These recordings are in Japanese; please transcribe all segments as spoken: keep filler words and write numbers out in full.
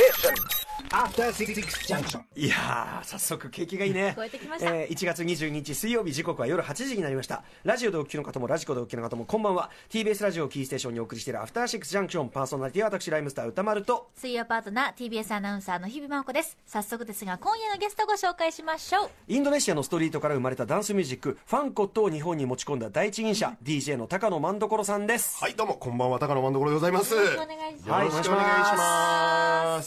After Six Junction。 いやー、早速景気がいいね。 聞こえてきました。 えー、いちがつにじゅうににち水曜日、時刻は夜はちじになりました。ラジオでお聞きの方もラジコでお聞きの方もこんばんは。 ティービーエス ラジオをキーステーションにお送りしているアフターシックスジャンクション、パーソナリティは私ライムスター歌丸と水曜パートナー ティービーエス アナウンサーの日々真央子です。早速ですが今夜のゲストをご紹介しましょう。 インドネシアのストリートから生まれたダンスミュージックファンコットを日本に持ち込んだ第一人者、うん、ディージェー の高野万所さんです。 はい、どうもこんばんは、高野万所でございます。 よろしくお願いします。 よろしくお願いします。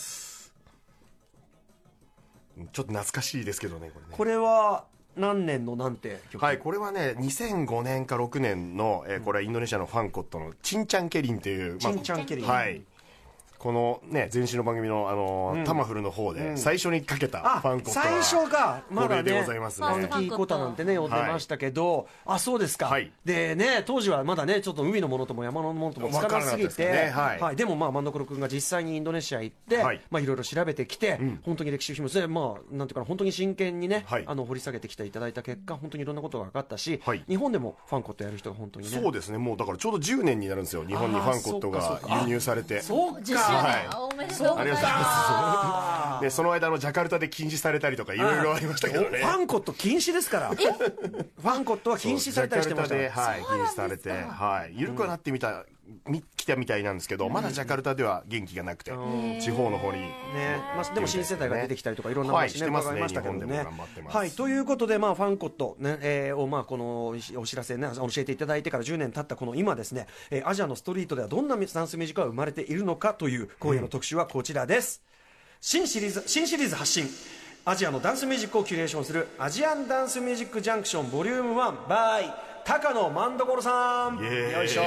ちょっと懐かしいですけどね、これね。 これは何年のなんて曲？ はい、これはねにせんごねんかろくねんの、えー、これはインドネシアのファンコットのチンチャンケリンっていう、 チンチャンケリン、 はい、このね前身の番組の、あのーうん、タマフルの方で最初にかけたファンコットは、 最初がまだねこれでございますね。 ファンキーコタなんてね呼んでましたけど、はい、あ、そうですか、はい、でね当時はまだねちょっと海のものとも山のものともつかなすぎて、 ね、はいはい、でもまあ万所君が実際にインドネシア行って、はい、まあいろいろ調べてきて、うん、本当に歴史を紐でまあなんていうかな、本当に真剣にね、はい、あの掘り下げてきていただいた結果本当にいろんなことが分かったし、はい、日本でもファンコットやる人が本当にね、 そうですね、もうだからちょうどじゅうねんになるんですよ、日本にファンコットが輸入されて。 そうか、 じゅっしゅうねん、はい、おめでとうございます。 でその間のジャカルタで禁止されたりとかいろいろありましたけどね。 ファンコット禁止ですから。ファンコットは禁止されたりしてました。 ジャカルタで、はい、禁止されて、はい、緩くはなってみた、うん、来たみたいなんですけど、まだジャカルタでは元気がなくて、うん、地方の方にね、 まあ、でも新世代が出てきたりとかいろんな話ね、はい、伺いましたけどね。はい、ということで、まあ、ファンコット、ねえー、を、まあ、このお知らせ、ね、教えていただいてからじゅうねん経ったこの今ですね、えー、アジアのストリートではどんなダンスミュージックが生まれているのかという今夜の特集はこちらです。うん、新シリーズ新シリーズ発信、アジアのダンスミュージックをキュレーションするアジアンダンスミュージックジャンクションボリュームワン by 高野万所さん。よいしょ。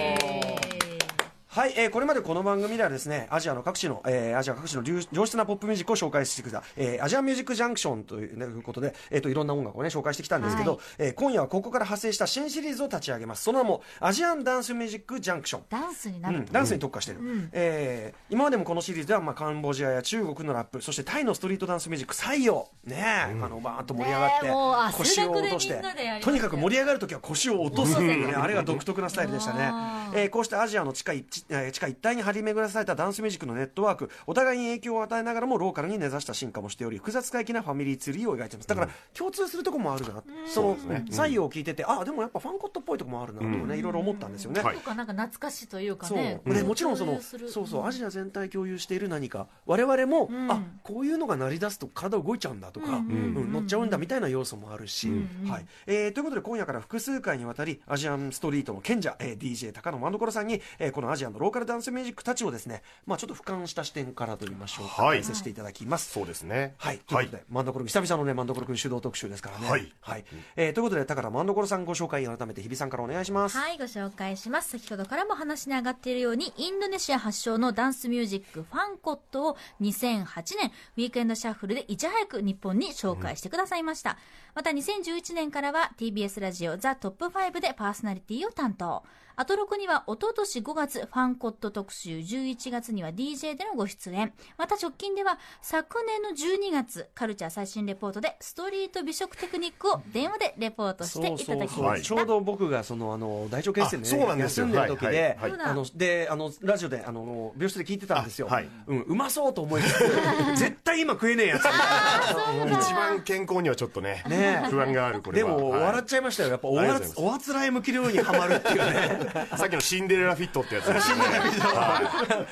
はい、えー、これまでこの番組ではですね、アジアの各地の、えー、アジア各地の上質なポップミュージックを紹介してきた、えー、アジアンミュージックジャンクションという、ね、いうことで、えー、といろんな音楽をね紹介してきたんですけど、はい、えー、今夜はここから派生した新シリーズを立ち上げます。その名もアジアンダンスミュージックジャンクション。 ダンスになる、うん、 ダンスに特化している、うん、えー、今までもこのシリーズでは、まあ、カンボジアや中国のラップ、そしてタイのストリートダンスミュージック採用ね、うん、あのバーッと盛り上がって、ね、腰を落として、とにかく盛り上がるときは腰を落とすというねあれが独特なスタイルでしたね。えー、こうしたアジアの地下一、えー、地下一帯に張り巡らされたダンスミュージックのネットワーク、お互いに影響を与えながらもローカルに根ざした進化もしており、複雑回帰なファミリーツリーを描いています。だから、うん、共通するところもあるな、うん、その採用を聞いてて、あ、でもやっぱファンコットっぽいところもあるなとかね、うん、いろいろ思ったんですよね。 はい、なんか懐かしいというかね、 そう、ね、もちろんそのそうそうアジア全体共有している何か、我々も、うん、あ、こういうのが鳴り出すと体動いちゃうんだとか、うんうん、乗っちゃうんだみたいな要素もあるし、うん、はい、えー、ということで今夜から複数回にわたりアジアンストリートの賢者、えー、ディージェー 高野万所さんに、えー、このアジアのローカルダンスミュージックたちをですね、まあ、ちょっと俯瞰した視点からといいましょうか、解説していただきます。 そうですね。 はい、ということで万所君久々のね万所君主導特集ですからね。はい、はい、 うん、 えー、ということで高野万所さんご紹介改めて日比さんからお願いします。 はい、ご紹介します。先ほどからも話に上がっているようにインドネシア発祥のダンスミュージックファンコットをにせんはちねんウィークエンドシャッフルでいち早く日本に紹介してくださいました。うん、またにせんじゅういちねんからは ティービーエス ラジオザ・トップファイブでパーソナリティを担当。アトロクには一昨年ごがつファンコット特集、じゅういちがつには ディージェー でのご出演、また直近では昨年のじゅうにがつカルチャー最新レポートでストリート美食テクニックを電話でレポートしていただきました。そうそうそう、 ちょうど僕がそのあの大腸血栓で、ね、休んでる時で、はいはいはい、あのであのラジオであの病室で聞いてたんですよ。はい、うん、うまそうと思いつつ絶対今食えねえやつ一番健康にはちょっと ね, ね不安がある。これはでも、はい、笑っちゃいましたよ。やっぱおあつおあつらい向きのようにはまるっていうねさっきのシンデレラフィットってやつです。シンデレラフィット、 はい、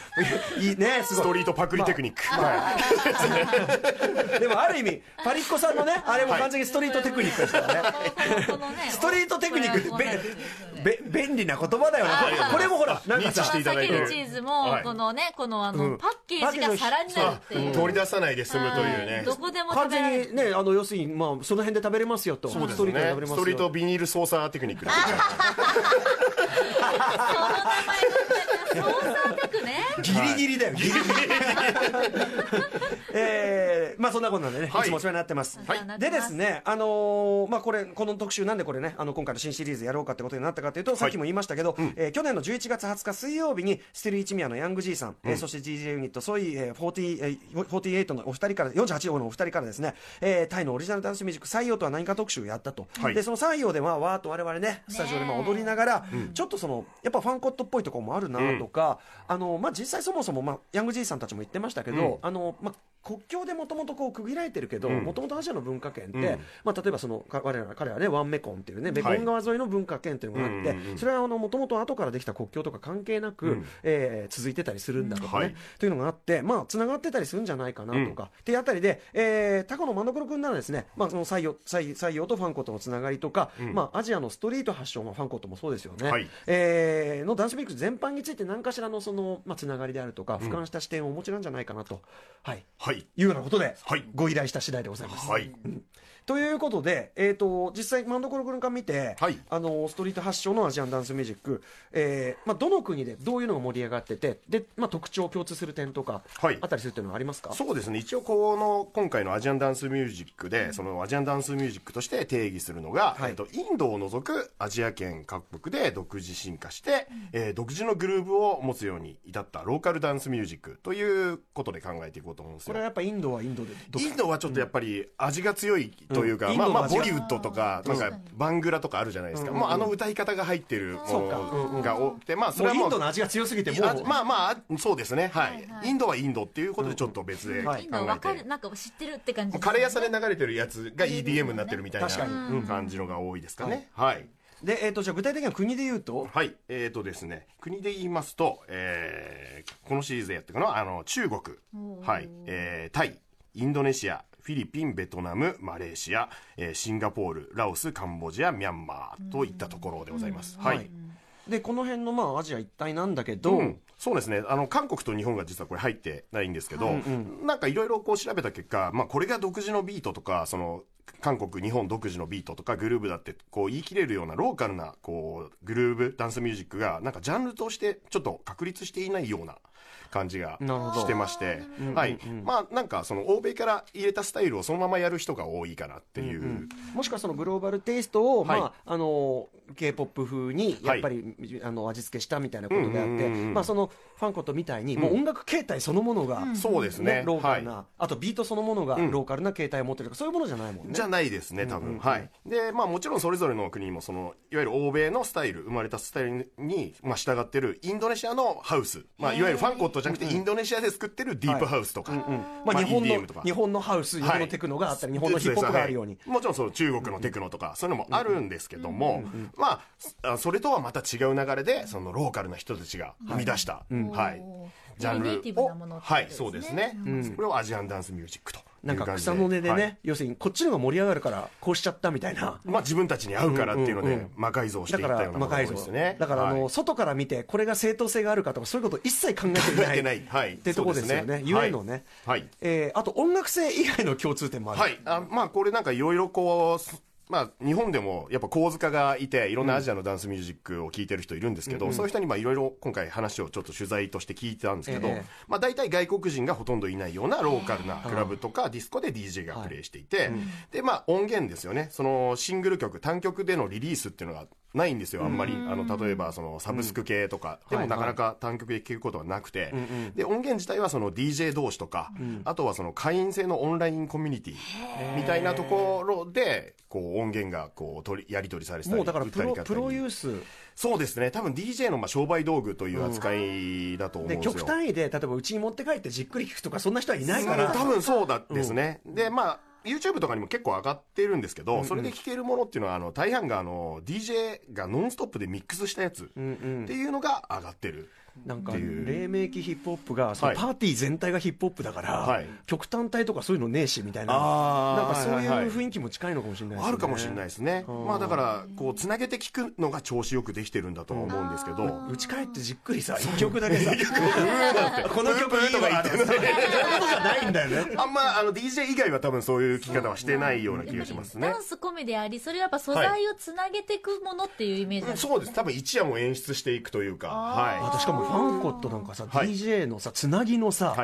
いいね、すごいストリートパクリテクニック、まあはい、でもある意味パリッコさんのねあれも完全にストリートテクニックですからね、はい、ストリートテクニックべべ便利な言葉だよね。これもほらなんかさ、 さっきのチーズも、はい、このねこのあの、うん、パッケージが皿になるっていう、 取り出さないで済むというね、 どこでも食べられる、 完全にね、あの要するにまあその辺で食べれますよと。 そうですね、ストリートビニール操作テクニックですその名前の操作テクね、 ギリギリだよ、ギリギリええー、まあそんなことなんでね、はい、いつもお世話になってます、はい、でですね、あのー、まあこれこの特集なんでこれね、あの今回の新シリーズやろうかってことになったかというと、はい、さっきも言いましたけど、うん、えー、去年のじゅういちがつはつか水曜日にスティル一宮のヤング G さん、うん、えー、そして ジージェー ユニットソイ、えー、よんじゅうはち、よんじゅうはちのお二人からよんじゅうはち号のお二人からですね、えー、タイのオリジナルダンスミュージック採用とは何か特集をやったと、はい、でその採用ではわーっと我々ねスタジオでまあ踊りながら、うん、ちょっとそのやっぱファンコットっぽいところもあるなとか、うん、あのまあ、実際そもそも、まあ、ヤング G さんたちも言ってましたけど、うん、あのまあ、国境でもともと区切られてるけど、もともとアジアの文化圏って、うん、まあ、例えばその我々彼はねワンメコンっていうねメコン川沿いの文化圏っていうのがあって、はい、それはもともと後からできた国境とか関係なく、うん、えー、続いてたりするんだとかね、はい、というのがあって、まあ、つながってたりするんじゃないかなとか、うん、っていうあたりで、えー、タコの真所君ならですね、まあ、その採用、採、採用とファンコとのつながりとか、うん、まあ、アジアのストリート発祥のファンコともそうですよね、はい、えー、のダンスミックス全般について何かしらのその、まあ、つながりであるとか俯瞰した視点をお持ちなんじゃないかなと、はい、はい、いうようなことで、はい、ご依頼した次第でございます。はい、うん、ということで、えー、と実際真所君から見て、はい、あのストリート発祥のアジアンダンスミュージック、えーまあ、どの国でどういうのが盛り上がっててで、まあ、特徴共通する点とか、はい、あったりするっていうのはありますか？ そうですね、一応この今回のアジアンダンスミュージックで、うん、そのアジアンダンスミュージックとして定義するのが、はい、えー、とインドを除くアジア圏各国で独自進化して、うん、えー、独自のグルーヴを持つように至ったローカルダンスミュージックということで考えていこうと思うんですよ。 これはやっぱインドはインドでインドはちょっとやっぱり味が強いというか、うん、まあまあボリウッドとかなんかバングラとかあるじゃないですか、うん、もうあの歌い方が入ってるものが多くて、まあそれはもうインドの味が強すぎてもうまあまあそうですね、はい、はいはい、インドはインドっていうことでちょっと別で考えて、インド分かる、 なんか知ってるって感じですね。 カレー屋さんで流れてるやつが イーディーエム になってるみたいな感じのが多いですかね。はい、はい、 で、えー、とじゃあ具体的には国で言うと、 はい、えーとですね、国で言いますと、えー、このシリーズでやっていくのはあの中国、はい、えー、タイ、インドネシア、フィリピン、ベトナム、マレーシア、えー、シンガポール、ラオス、カンボジア、ミャンマーといったところでございます。はい、 でこの辺のまあアジア一帯なんだけど、うん、そうですね、 あの韓国と日本が実はこれ入ってないんですけど、はい、なんかいろいろこう調べた結果、まあ、これが独自のビートとかその韓国日本独自のビートとかグルーブだってこう言い切れるようなローカルなこうグルーブダンスミュージックがなんかジャンルとしてちょっと確立していないような感じがしてまして、はい、まあなんかその欧米から入れたスタイルをそのままやる人が多いかなっていう、うんうん、 もしくはそのグローバルテイストを、はい、まああの K-ポップ 風にやっぱり、はい、あの味付けしたみたいなことであって、まあそのファンコとみたいに、うん、もう音楽形態そのものが、ね、 そうですね、 ローカルな、はい、あとビートそのものがローカルな形態を持ってるとか、そういうものじゃないもんね。 じゃないですね多分、うんうんうん、はい。でまあもちろんそれぞれの国もそのいわゆる欧米のスタイル生まれたスタイルに、まあ、従ってるインドネシアのハウス、まあ、いわゆるファンコットじゃなくてインドネシアで作ってるディープハウスとか、はい、うんうん、まあ、 日本の日本のハウス、日本のテクノがあったり、はい、日本のヒップホップがあるように、 はい、もちろんその中国のテクノとか、うん、そういうのもあるんですけども、うんうん、まあそれとはまた違う流れでそのローカルな人たちが生み出した、はい、うん、はい、ジャンルを、ネイティブなものってことですね。はい、そうですね、うん、それをアジアンダンスミュージックとなんか草の根でね、はい、要するにこっちの方が盛り上がるからこうしちゃったみたいな、 まあ自分たちに合うからっていうので、うんうんうん、魔改造していったようなものですね。 だからあの、はい、外から見てこれが正当性があるかとかそういうこと一切考えていないない、はい、ってとこですよね。ゆえのね、はい、えー、あと音楽性以外の共通点もある。 はい、あ、まあこれなんかいろいろこうまあ、日本でもやっぱ構図家がいていろんなアジアのダンスミュージックを聴いてる人いるんですけど、うん、そういう人にいろいろ今回話をちょっと取材として聞いてたんですけど、ええ、まあ、大体外国人がほとんどいないようなローカルなクラブとかディスコで ディージェー がプレイしていて、はい、でまあ、音源ですよね、そのシングル曲単曲でのリリースっていうのがないんですよあんまり。あの例えばそのサブスク系とか、うん、でもなかなか単曲で聴くことはなくて、はいはい、で音源自体はその ディージェー 同士とか、うん、あとはその会員制のオンラインコミュニティみたいなところでこう音源がこう取りやり取りされてたり、 もうだからプロ、プロユース、 そうですね、多分 ディージェー のまあ商売道具という扱いだと思うんですよ。 で曲単位で例えばうちに持って帰ってじっくり聴くとかそんな人はいないから、 多分そうだですね、うん、でまあYouTube とかにも結構上がってるんですけど、うんうん、それで聴けるものっていうのはあの大半があの ディージェー がノンストップでミックスしたやつっていうのが上がってる。 なんか黎明期ヒップホップがそのパーティー全体がヒップホップだから、はい、曲単体とかそういうのねえしみたいな、なんかそういう雰囲気も近いのかもしれないですね。 あるかもしれないですね。まあだからこうつなげて聴くのが調子よくできてるんだとは思うんですけど、 うち帰ってじっくりさいっきょくだけさこの曲いいとか言ってそういうことじゃないんだよね。 あんまあの ディージェー 以外は多分そういう聴き方はしてないような気がしますね。 ダンス込みであり、それはやっぱ素材をつなげていくものっていうイメージなんですか。 そうです、多分一夜も演出していくというか、はい、 あとしかもファンコットなんかさ、はい、ディージェー のさつなぎのさ、はい、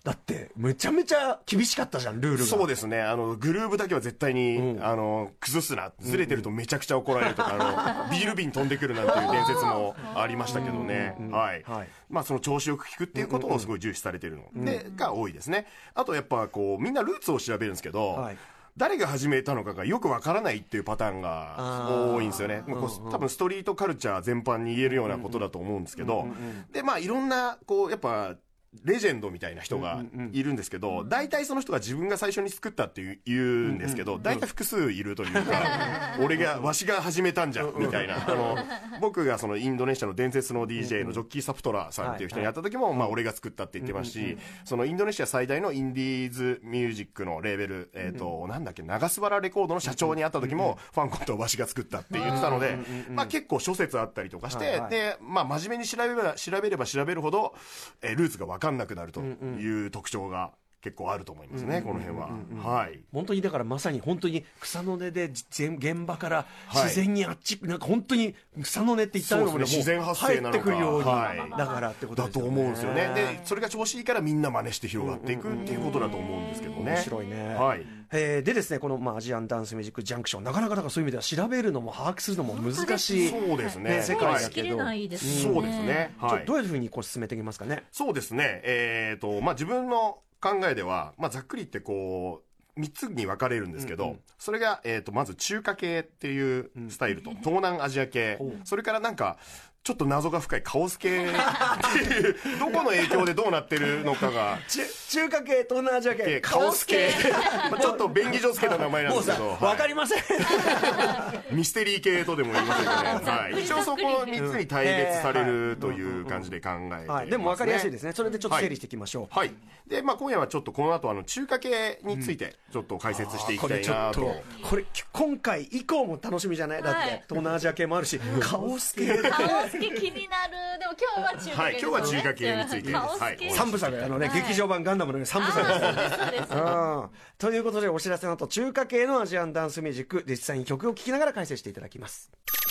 だってめちゃめちゃ厳しかったじゃんルールが。 そうですね、あのグルーブだけは絶対に、うん、あの崩すな、ずれてるとめちゃくちゃ怒られるとか、うん、あのビール瓶飛んでくるなんていう伝説もありましたけどね、うん、はい、はい、まあその調子よく聞くっていうことをすごい重視されてるの、うん、でが多いですね。あとやっぱこうみんなルーツを調べるんですけど、はい、誰が始めたのかがよくわからないっていうパターンが多いんですよね。もうこう多分ストリートカルチャー全般に言えるようなことだと思うんですけど、でまあいろんなこうやっぱレジェンドみたいな人がいるんですけど、大体その人が自分が最初に作ったって言うんですけど、大体複数いるというか、俺がわしが始めたんじゃんみたいな。あの僕がそのインドネシアの伝説の ディージェー のジョッキー・サプトラさんっていう人に会った時も、まあ俺が作ったって言ってますし、そのインドネシア最大のインディーズミュージックのレーベル、えっとなんだっけ、長須原レコードの社長に会った時も、ファンコントをわしが作ったって言ってたので、まあ結構諸説あったりとかして、でまあ真面目に調べれば調べれば調べるほど、えルーツが分かんなくなるという特徴が結構あると思いますね、この辺は。はい。 本当にだからまさに本当に草の根で現場から自然にあっち、なんか本当に草の根って言ったらもう自然発生なのか、 入ってくるように、 はい、だからってことですよね。 だと思うんですよね。でそれが調子いいからみんな真似して広がっていくっていうことだと思うんですけどね。 面白いね。 はい。 えー、でですね、この、まあ、アジアンダンスミュージックジャンクション、なかなかだからそういう意味では調べるのも把握するのも難しい、 そうですね、 世界だけど、 ないですね、 そうですね、 はい、どういうふうにこう進めていきますかね。 そうですね、えーとまあ、自分の考えでは、まあ、ざっくり言ってこうみっつに分かれるんですけど、うんうん、それが、えーとまず中華系っていうスタイルと、うん、東南アジア系、うん、それからなんかちょっと謎が深いカオス系っていうどこの影響でどうなってるのかが中華系、東南アジア系、 カオス系まあちょっと便宜上つけた名前なんですけど、 もうさ、はい、分かりませんミステリー系とでも言いますけどね、はい、一応そこのみっつに対列されるという感じで考えていますね、はい、 でも分かりやすいですね。それでちょっと整理していきましょう。 はい、はい、でまあ、今夜はちょっとこの後あの中華系についてちょっと解説していきたいなと、うん、これこれ今回以降も楽しみじゃない、だって、はい、東南アジア系もあるし、うん、カオス系カオス系気になる。でも今日は中華系ですね。はい、今日は中華系についてです。はい、 三部作、あのね、はい、劇場版ガンダムの三部作です。そうです。ということでお知らせの後、中華系のアジアンダンスミュージック、実際に曲を聴きながら解説していただきます。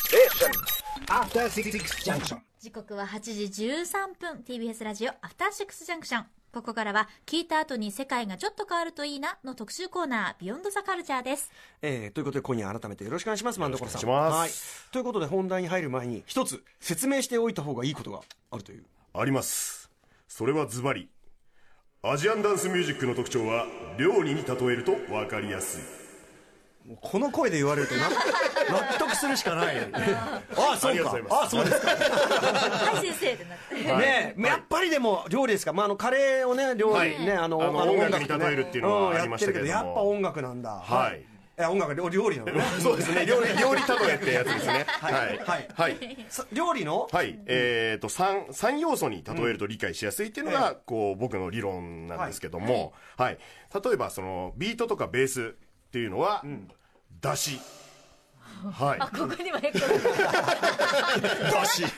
時刻ははちじじゅうさんぷん、 ティービーエス ラジオアフターシックスジャンクション。ここからは聞いた後に世界がちょっと変わるといいなの特集コーナー、ビヨンドザカルチャーです。 えー、ということで今夜改めてよろしくお願いします。マンドコロさん。 はい。 ということで本題に入る前に一つ説明しておいた方がいいことがあるという。 あります。それはズバリ、アジアンダンスミュージックの特徴は料理に例えると分かりやすい。 この声で言われると納得するしかないああ、そうか、ああ、そうですかはい先生ってなってねえ、やっぱりでも料理ですか。まあ、あのカレーをね、料理ね、あの音楽に例えるっていうのはありましたけど、 やっぱ音楽なんだ。はい。音楽料理なのね。 そうですね、料理料理例えってやつですね。はいはいはい。料理のはいえっと三三要素に例えると理解しやすいっていうのがこう僕の理論なんですけども、はい。例えばそのビートとかベースっていうのは出汁。はい。 あ、ここにもエコー。 出汁。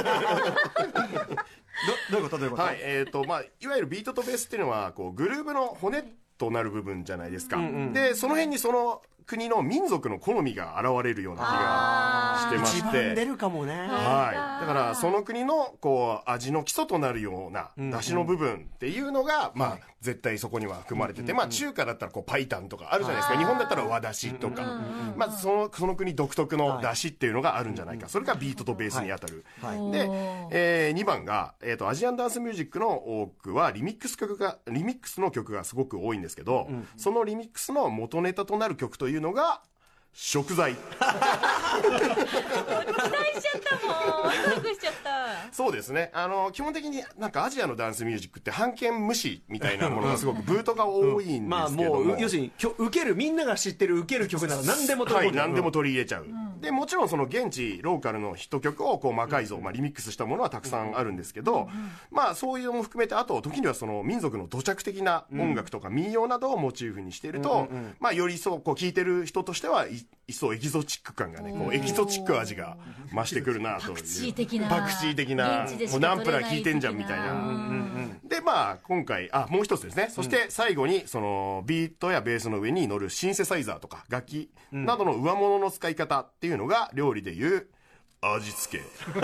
どういうことどういうこと。 はいえっとまあいわゆるビートとベースっていうのはこうグルーヴの骨となる部分じゃないですか。でその辺にその国の民族の好みが現れるような気がしてまして、 一番出るかもね。 はい。だからその国のこう味の基礎となるような出汁の部分っていうのが、まあ絶対そこには含まれてて、まあ中華だったらこうパイタンとかあるじゃないですか。日本だったら和だしとか、まずそのその国独特の出汁っていうのがあるんじゃないか。それがビートとベースに当たる。で、えー、にばんがえっとアジアンダンスミュージックの多くはリミックス曲がリミックスの曲がすごく多いんですけど、そのリミックスの元ネタとなる曲というのが食材。期待しちゃったもん。ワクワクしちゃった。 そうですね。あの基本的になんかアジアのダンスミュージックって半見無視みたいなものがすごくブートが多いんですけども、うん、まあもう要するに受けるみんなが知ってる受ける曲なら何でも取り入れちゃう。 はい、何でも取り入れちゃう。うん、でもちろんその現地ローカルのヒット曲をこう魔改造、まあリミックスしたものはたくさんあるんですけど、うん、まあそういうのも含めてあと時にはその民族の土着的な音楽とか民謡などをモチーフにしていると、うん、まあよりそうこう聴いてる人としては一層エキゾチック感がね、こうエキゾチック味が増してくるなという。パクチー的な。 パクチー的な。もうナンプラー効いてんじゃんみたいな。でまあ今回あもう一つですね。そして最後にそのビートやベースの上に乗るシンセサイザーとか楽器などの上物の使い方っていうのが料理でいう味付け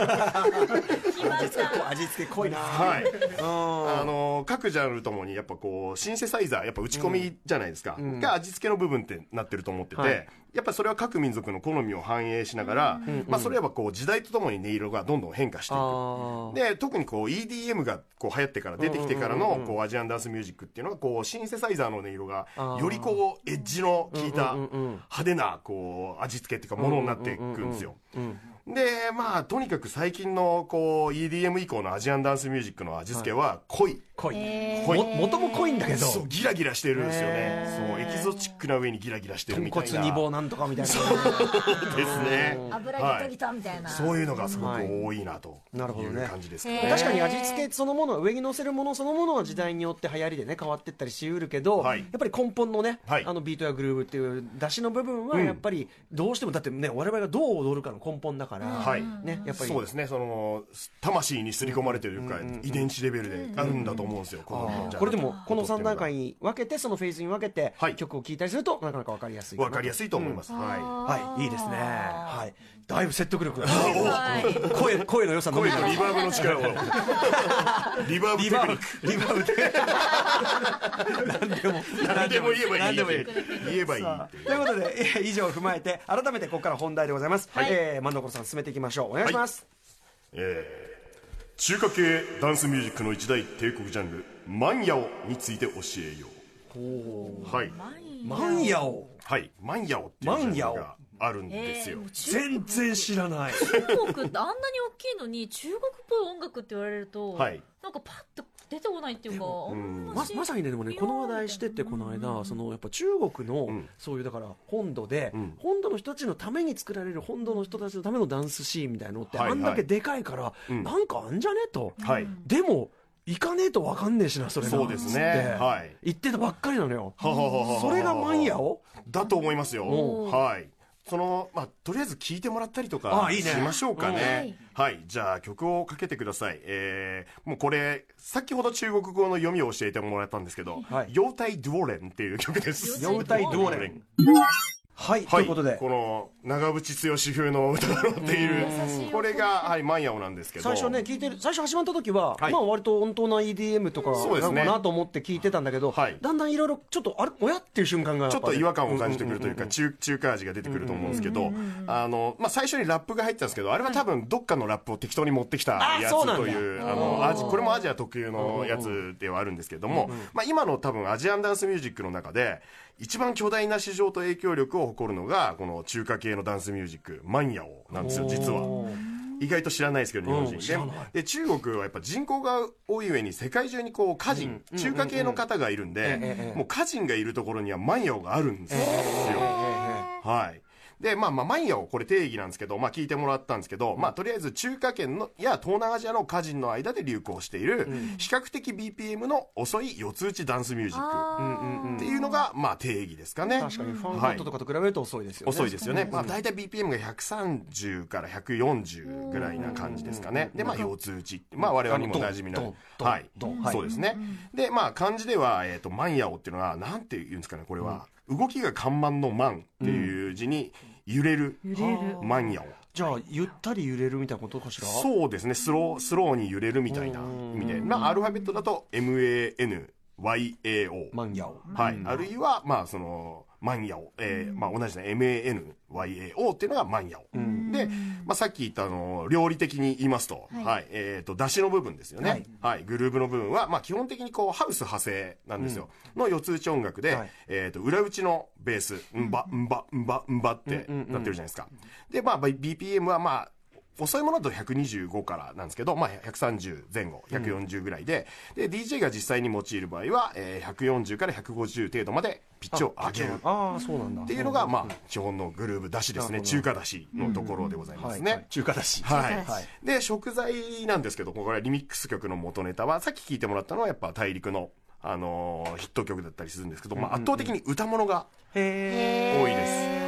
味付け濃いな。 はい。あの各ジャンルともにやっぱこうシンセサイザーやっぱ打ち込みじゃないですか、うん、が味付けの部分ってなってると思ってて、はい、やっぱりそれは各民族の好みを反映しながら、うん、まあそれはこう時代とともに音色がどんどん変化していく。で特にこう イーディーエム がこう流行ってから出てきてからのこうアジアンダンスミュージックっていうのがこうシンセサイザーの音色がよりこうエッジの効いた派手なこう味付けっていうかものになっていくんですよ。でまあとにかく最近のこう イーディーエム 以降のアジアンダンスミュージックの味付けは濃い、 濃い、濃い、も元も濃いんだけど、 そうギラギラしてるんですよね。そうエキゾチックな上にギラギラしてるみたいな、 豚骨煮棒なんとかみたいな、 そうですね、 油ギトギトみたいな、 はい、そういうのがすごく多いなという感じですけどね。 確かに味付けそのもの、上に乗せるものそのものは時代によって流行りでね変わってったりしうるけど、はい、やっぱり根本のね、はい、あのビートやグルーブっていう出汁の部分はやっぱりどうしても、だってね我々がどう踊るかの根本だから、はいね、やっぱりそうですね、その魂に刷り込まれてるか、うん、遺伝子レベルであるんだと思うんですよ、うんうん、ここれでもこのさん段階に分けてそのフェーズに分けて曲を聴いたりするとなかなか分かりやすい分かりやすいと思います、うん、 はい、はい、いいですね、はい、だいぶ説得力が、はい、声, 声の良さの声とリバーブの力をリバーブテクニックリバーブテクニック何でも何でも言えばいい言えばいいということで以上を踏まえて改めてここから本題でございます、はい、えー、真所さん進めていきましょう。お願いします、 はい、えー、中華系ダンスミュージックの一大帝国ジャンルマンヤオについて教えよう。 ほう、はい、 マンヤオ、 はい、マンヤオっていうジャンルがあるんですよ、 えー、全然知らない。 中国ってあんなに大きいのに中国っぽい音楽って言われると、はい、なんかパッと出てこないっていうか、うん、 ま, まさにね、でもねこの話題してってこの間、うん、そのやっぱ中国の、うん、そういうだから本土で、うん、本土の人たちのために作られる本土の人たちのためのダンスシーンみたいなのって、はいはい、あんだけでかいから、うん、なんかあんじゃねと、はい、でも行かねえと分かんねえしなそれが、 そうですね、はい、 言ってたばっかりなのよ。それがマンヤオだと思いますよ。はい、そのまあ、とりあえず聞いてもらったりとかしましょうかね。はい、じゃあ曲をかけてください。えー、もうこれ先ほど中国語の読みを教えてもらったんですけど、はい、ヨータイ・ドゥオレンっていう曲です。 ヨータイ・ドゥオレン、はい、はい、ということでこの長渕剛風の歌が載っているこれが、はい、マンヤオなんですけど、 最初ね聞いてる最初始まった時は、はい、まあ割と温当な イーディーエム とかなのかなと思って聞いてたんだけど、はい、だんだんいろいろちょっとあれおやっていう瞬間がちょっと違和感を感じてくるというか、中華味が出てくると思うんですけど、あの、まあ、最初にラップが入ってたんですけど、あれは多分どっかのラップを適当に持ってきたやつという、あのアジこれもアジア特有のやつではあるんですけども、まあ、今の多分アジアンダンスミュージックの中で一番巨大な市場と影響力を誇るのがこの中華系のダンスミュージックマンヤオなんですよ。実は意外と知らないですけど日本人で、で中国はやっぱ人口が多い上に世界中にこう歌人、うん、中華系の方がいるんで、うんうんうん、もう歌人がいるところにはマンヤオがあるんですよ、はい。でまあまあマンヤオこれ定義なんですけど、まあ聞いてもらったんですけど、まあとりあえず中華圏のや東南アジアの歌人の間で流行している、うん、比較的 ビーピーエム の遅い四つ打ちダンスミュージックっていうのがまあ定義ですかね。 確かにファンコットとかと比べると遅いですよね。 遅いですよね。まあ大体 ビーピーエム がひゃくさんじゅうからひゃくよんじゅうぐらいな感じですかね。でまあ四つ打ち、まあ我々にも馴染みの、はい、そうですね。でまあ漢字ではえっとマンヤオっていうのはなんて言うんですかね、これは動きが看板のマンっていう字に揺れるマンヤオ。 じゃあゆったり揺れるみたいなことかしら。 そうですね、スロースローに揺れるみたいな意味で、まあアルファベットだと エムエーエヌワイエーオーマンヤオ、 はい、あるいはまあそのマンヤオ、えーまあ、同じね エムエーエヌワイエーオー っていうのがマンヤオ、うん、で、まあ、さっき言ったあの料理的に言いますと、はいはい、えーと出汁の部分ですよね、はいはい、グルーブの部分は、まあ、基本的にこうハウス派生なんですよ、うん、の四つ打ち音楽で、はい、えーと裏打ちのベースんばんばんばんばってなってるじゃないですか、うんうんうん、で、まあ、ビーピーエム はまあ遅いものだとひゃくにじゅうごからなんですけど、まあ、ひゃくさんじゅうぜん後ひゃくよんじゅうぐらいで、うん、で ディージェー が実際に用いる場合は、えー、ひゃくよんじゅうからひゃくごじゅう程度までピッチを上げるああそうなんだっていうのが、まあ、基本のグルーブ出しですね。中華出しのところでございますね、うんはい、 中華出し、 はいはい、で食材なんですけど、これはリミックス曲の元ネタはさっき聞いてもらったのはやっぱ大陸のあのー、ヒット曲だったりするんですけど、まあ、圧倒的に歌物が多いです、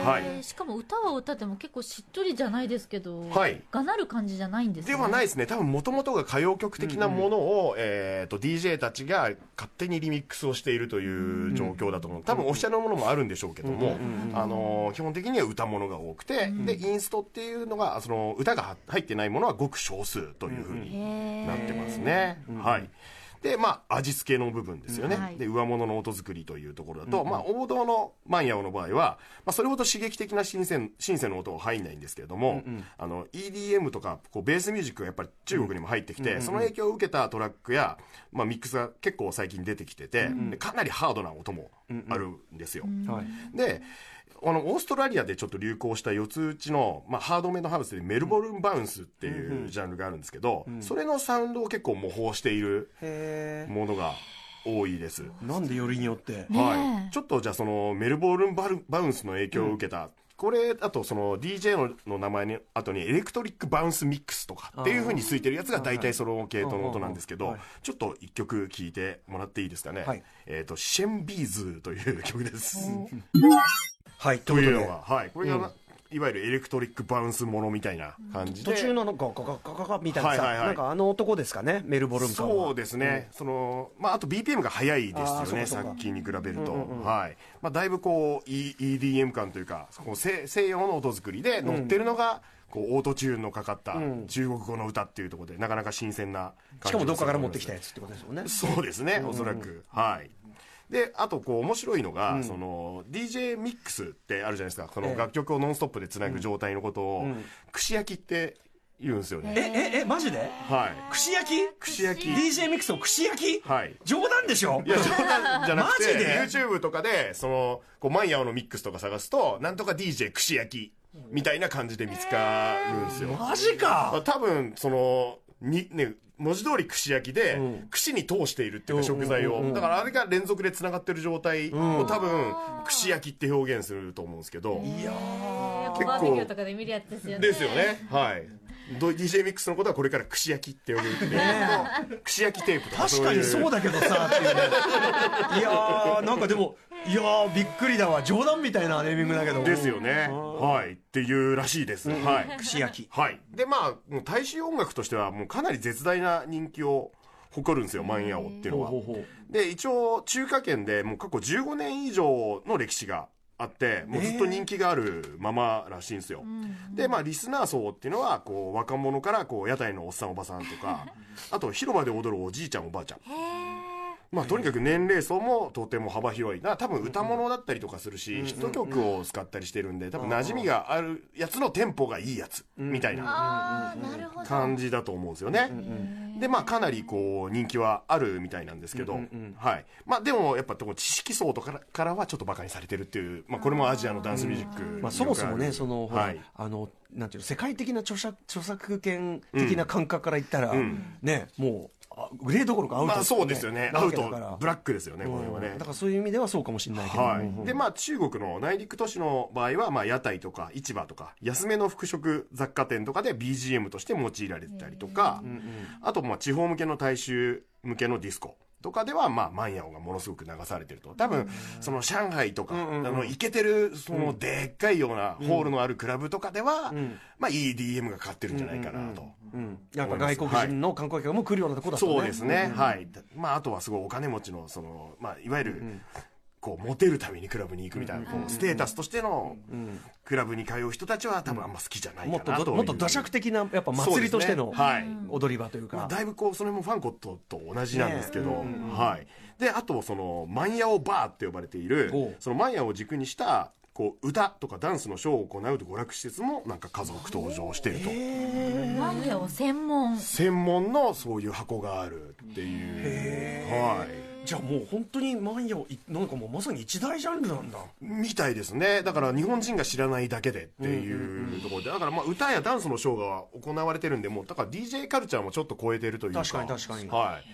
はい、 しかも歌は歌っても結構しっとりじゃないですけど、 はい、 がなる感じじゃないんですね。 ではないですね。多分もともとが歌謡曲的なものを、うんうん、えー、と ディージェー たちが勝手にリミックスをしているという状況だと思う。多分オフィシャルのものもあるんでしょうけども、あのー、基本的には歌物が多くて、うん、でインストっていうのがその歌が入ってないものはごく少数というふうになってますね。はい。でまあ味付けの部分ですよね、うんはい、で上物の音作りというところだと、うんうん、まあ、王道の万葉の場合は、まあ、それほど刺激的なシンセン、シンセの音は入んないんですけれども、うんうん、あの イーディーエム とかこうベースミュージックがやっぱり中国にも入ってきて、うんうんうん、その影響を受けたトラックや、まあ、ミックスが結構最近出てきてて、うん、でかなりハードな音もあるんですよ、うんうん、であのオーストラリアでちょっと流行した四つ打ちの、まあ、ハードめのハウスでメルボルンバウンスっていうジャンルがあるんですけど、うんうん、それのサウンドを結構模倣しているものが多いです。 なんでよりによって、 はい、ちょっとじゃあそのメルボルンバウンスの影響を受けた、うん、これあとその ディージェー の, の名前に後にエレクトリックバウンスミックスとかっていう風についてるやつが大体その系統の音なんですけど、はい、ちょっと一曲聴いてもらっていいですかね、はい、えーとシェンビーズという曲ですはい、 というのが、はい、これが、うん、いわゆるエレクトリックバウンスものみたいな感じで、 途中のなんかガガガガガみたいなさ、はいはいはい、なんかあの男ですかね、メルボルン感は。 そうですね、うん、そのまあ、あと ビーピーエム が速いですよね、さっきに比べると、うんうんうん、はいまあ、だいぶこう イーディーエム 感というかこう 西, 西洋の音作りで乗ってるのが、うん、こうオートチューンのかかった中国語の歌っていうところでなかなか新鮮な感じ、 しかもどっかから持ってきたやつってことですよね。 そうですね、おそらく、うんうん、はいであとこう面白いのが、うん、その ディージェー ミックスってあるじゃないですか、その楽曲をノンストップでつなぐ状態のことを、うん、串焼きって言うんですよね。 えええマジで？ はい。 串焼き？ 串焼き。 ディージェー ミックスを串焼き？ はい。 冗談でしょ？ いや冗談じゃなくて、 マジで YouTube とかでそのこうマンヤオのミックスとか探すとなんとか ディージェー 串焼きみたいな感じで見つかるんですよ。 マジか。 多分そのにね。文字通り串焼きで、うん、串に通しているっていうか食材を、うんうんうん、だからあれが連続でつながってる状態を多分串焼きって表現すると思うんですけど、 いやー結構バーベキューとかで見るやつですよね。 ですよね。はい。ディージェー ミックスのことはこれから串焼きって呼ぶっていう、ね、串焼きテープとか確かにそうだけどさっていうねいやーなんかでもいやーびっくりだわ、冗談みたいなネーミングだけどですよね。はいっていうらしいです、うん、はい串焼きはいでまあ大衆音楽としてはもうかなり絶大な人気を誇るんですよ、マンヤオっていうのは。ほうほうほうで一応中華圏でもう過去じゅうごねん以上の歴史があってもうずっと人気があるままらしいんですよ、えー、でまあリスナー層っていうのはこう若者からこう屋台のおっさんおばさんとかあと広場で踊るおじいちゃんおばあちゃん、まあとにかく年齢層もとても幅広いな。多分歌物だったりとかするし、ヒット曲を使ったりしてるんで多分馴染みがあるやつのテンポがいいやつみたいな感じだと思うんですよね。でまあかなりこう人気はあるみたいなんですけど、はいまあでもやっぱ知識層とかからはちょっとバカにされてるっていう、まあこれもアジアのダンスミュージック、 まあそもそもねその、はい、あのなんていうの世界的な著作著作権的な感覚から言ったら、うん、ねもうグレーどころかアウト、ね、 まあそうですよね。アウトブラックですよね、これはね。 だからそういう意味ではそうかもしれないけど、 はい、でまあ中国の内陸都市の場合は、まあ、屋台とか市場とか安めの服飾雑貨店とかで ビージーエム として用いられてたりとか、あとまあ地方向けの大衆向けのディスコとかではまあマンヤオがものすごく流されてると。多分その上海とか、うんうんうん、あのイケてるそのでっかいようなホールのあるクラブとかでは、うん、まあ イーディーエム がかかってるんじゃないかなと、 うんうんうん、やっぱ外国人の観光客も来るようなところだとね。 そうですね、うん、はいまああとはすごいお金持ちのそのまあいわゆる、うんこうモテるためにクラブに行くみたいな、こうステータスとしてのクラブに通う人たちは多分あんま好きじゃないかなと、うん、もっともっと打爵的なやっぱ祭りとしての、ねはい、踊り場というか、 まあ、だいぶこうそれもファンコットと同じなんですけど、ねうんはい、であとそのマンヤオバーって呼ばれているそのマンヤオを軸にしたこう歌とかダンスのショーを行う娯楽施設もなんか数多く登場していると。 マンヤオ専門専門のそういう箱があるっていうはいじゃあもう本当にマンヤオなんかもうまさに一大ジャンルなんだみたいですね。だから日本人が知らないだけでっていうところで、だからまあ歌やダンスのショーが行われてるんでもうだから ディージェー カルチャーもちょっと超えてるというか確かに確かにはい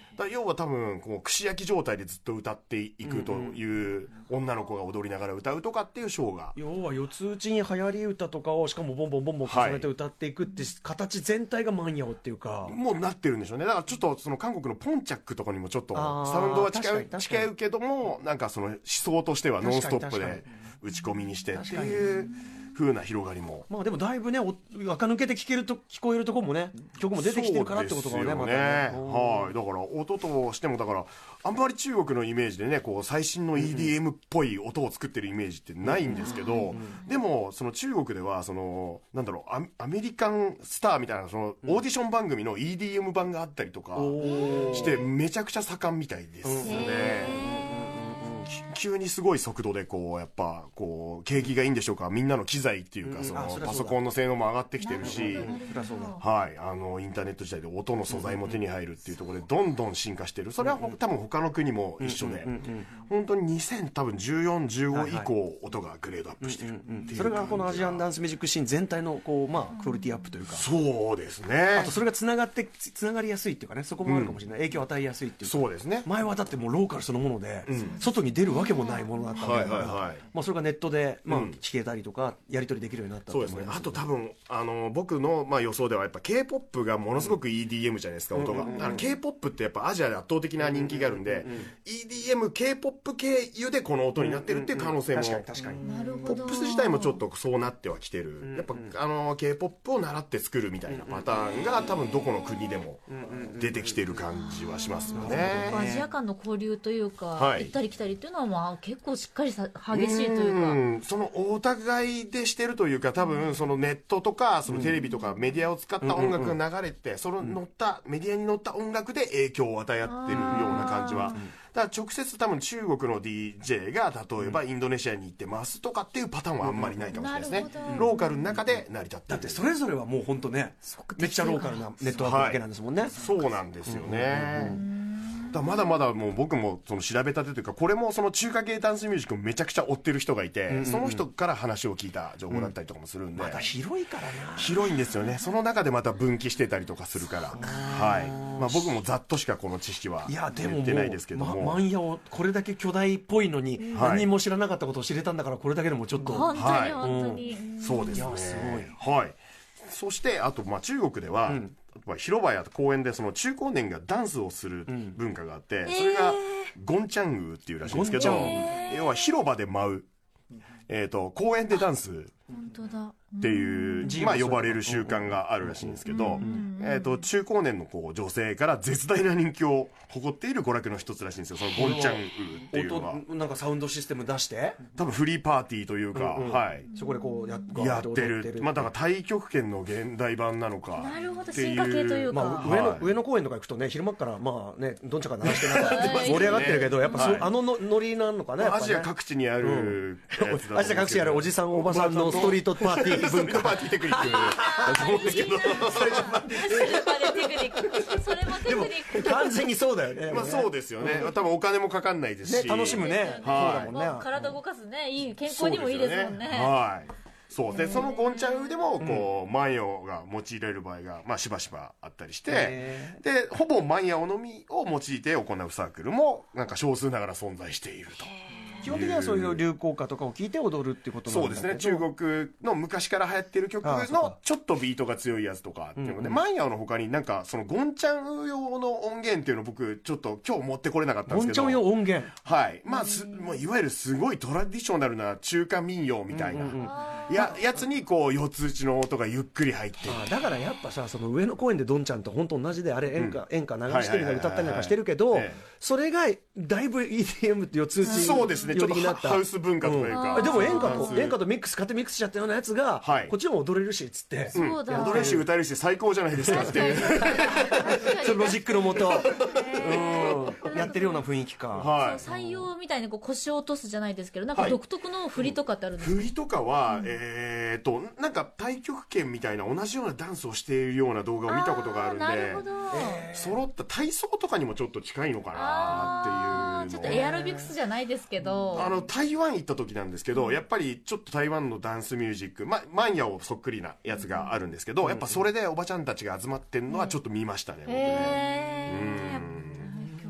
だ要は多分こう串焼き状態でずっと歌っていくという女の子が踊りながら歌うとかっていうショーが、 要は四つ打ちに流行り歌とかをしかもボンボンボンボン重ねて歌っていくって形全体がマンヤオっていうか、 もうなってるんでしょうね。だからちょっとその韓国のポンチャックとかにもちょっとサウンドは近い近いけども、なんかその思想としてはノンストップで打ち込みにしてっていう風な広がりも、 まあでもだいぶね垢抜けて聞けると聞こえるところもね曲も出てきてるからってことがね、またね、 はい。だから音としてもだからあんまり中国のイメージでねこう最新の イーディーエム っぽい音を作ってるイメージってないんですけど、でもその中国ではそのなんだろう ア, アメリカンスターみたいなそのオーディション番組の イーディーエム 版があったりとかしてめちゃくちゃ盛んみたいですね。急にすごい速度でこうやっぱこう景気がいいんでしょうか、みんなの機材っていうか、そのパソコンの性能も上がってきてるし、はい、あのインターネット時代で音の素材も手に入るっていうところでどんどん進化してる。それは多分他の国も一緒で、本当ににせんじゅうよん、じゅうご以降音がグレードアップしてるっていう。 それがこのアジアンダンスミュージックシーン全体のこうまあクオリティアップというか、 そうですね。 あとそれがつながってつながりやすいっていうかね、そこもあるかもしれない、影響を与えやすいっていうか。 そうですね。 前はだってもうローカルそのもので外に出るわけもないものだったんで、 はいはいはい、 まあ、それがネットで、まあ、聞けたりとかやり取りできるようになったと思います。 そうですね。あと多分あの僕の、まあ、予想ではやっぱ K-ポップ がものすごく イーディーエム じゃないですか、音が。あの K-ポップ ってやっぱアジアで圧倒的な人気があるんで、イーディーエム、K-ポップ 経由でこの音になってるっていう可能性も、 確かに確かにポップス自体もちょっとそうなってはきてる。やっぱあの K-ポップ を習って作るみたいなパターンが多分どこの国でも出てきてる感じはしますよね。 アジア間の交流というか、 はい、 行ったり来たりっていうのはまあ結構しっかりさ激しいというか、 うんそのお互いでしてるというか、多分そのネットとかそのテレビとかメディアを使った音楽が流れて、その乗ったメディアに乗った音楽で影響を与え合ってるような感じは。だから直接多分中国の ディージェー が例えばインドネシアに行ってますとかっていうパターンはあんまりないかもしれないですね。ローカルの中で成り立ってる。 だってそれぞれはもう本当ねめっちゃローカルなネットワークだけなんですもんね、はい、 そうなんですよね。だまだまだもう僕もその調べたてというか、これもその中華系ダンスミュージックをめちゃくちゃ追ってる人がいて、うんうんうん、その人から話を聞いた情報だったりとかもするんで、 うん、また広いからな。 広いんですよね。その中でまた分岐してたりとかするから、はい。まあ僕もざっとしかこの知識は言ってないですけども、 マンヤをこれだけ巨大っぽいのに何も知らなかったことを知れたんだから、これだけでもちょっと、 本当に本当に、 うん、そうですね。すごい。はい。そしてあとまあ中国では、うん広場や公園でその中高年がダンスをする文化があって、うん、それがゴンチャンウーっていうらしいんですけど、要は広場で舞う、えーと、公園でダンスっていう、まあ、呼ばれる習慣があるらしいんですけど、えーと、中高年のこう女性から絶大な人気を誇っている娯楽の一つらしいんですよ、そのゴンチャンウーっていうのは。 なんかサウンドシステム出して多分フリーパーティーというか、うんうん、はい、 そこでこうや, やってる、まあ、だから太極拳の現代版なのか、 なるほど、進化系というか、 まあ、上の、はい、上野公園とか行くとね、昼間からまあねどんちゃか鳴らしてなんか盛り上がってるけど、やっぱそ、はい、あののノリなのかね、 まあ、アジア各地にある、うん、 アジア各地にあるおじさんおばさんのストリートパーティー文化パーティーテクニックだと思うんですけどそれもテクニック、 完全にそうだよね。 まあそうですよね。多分お金もかかんないですし、 楽しむね。 はい。体動かすね、いい健康にもいいですもんね。 はい。そうで、そのゴンチャンウーでもこうマンヤオが用いられる場合がまあしばしばあったりして、でほぼマンヤオのみを用いて行うサークルもなんか少数ながら存在していると。 基本的にはそういう流行歌とかを聞いて踊るっていうことなんだけど、そうですね。中国の昔から流行ってる曲のちょっとビートが強いやつとかっていうので、マンヤオの他になんかそのゴンチャンウー用の音源っていうのを僕ちょっと今日持ってこれなかったんですけど、 ゴンチャン用音源、 はい、まあすもういわゆるすごいトラディショナルな中華民謡みたいな、うんうんうん、や, やつにこう四つ打ちの音がゆっくり入ってる。 あだからやっぱさ、その上野公園でドンちゃんと本当同じで、あれ演歌、うん、演歌流してるり歌ったりなんかしてるけど、ええ、それがだいぶ イーディーエム って四つ打ちそうですね、ちょっとハウス文化というか、 うん、でも演歌と演歌とミックス勝手ミックスしちゃったようなやつが、はい、こっちも踊れるしっつって、 うん、そうだ、 踊れるし歌えるし最高じゃないですかっていうそのロジックのもと、うん、やってるような雰囲気か、 はい、そう採用みたいにこう腰を落とすじゃないですけど、なんか独特の振りとかってあるんですか？ 振りとかは、うん、えーとなんか太極拳みたいな同じようなダンスをしているような動画を見たことがあるんで、 なるほど、 えー、揃った体操とかにもちょっと近いのかなっていうの。 ちょっとエアロビクスじゃないですけど、 あの台湾行った時なんですけど、やっぱりちょっと台湾のダンスミュージック、ま、マンヤオそっくりなやつがあるんですけど、やっぱそれでおばちゃんたちが集まってるのはちょっと見ましたね、僕ね。うん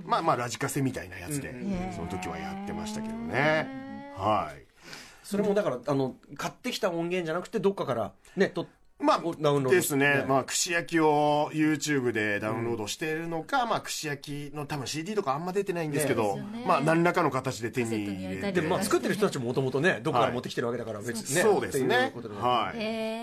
まあまあラジカセみたいなやつで、その時はやってましたけどね。はい。 それもだからあの買ってきた音源じゃなくてどっかからねとまあですね、まあ串焼きを YouTube でダウンロードしているのか、うん、まあ串焼きの多分 シーディー とかあんま出てないんですけど、ね、まあ何らかの形で手に入れて、 でまあ作ってる人たちももともとねどこから持ってきてるわけだから別にね、 そうですね、はい、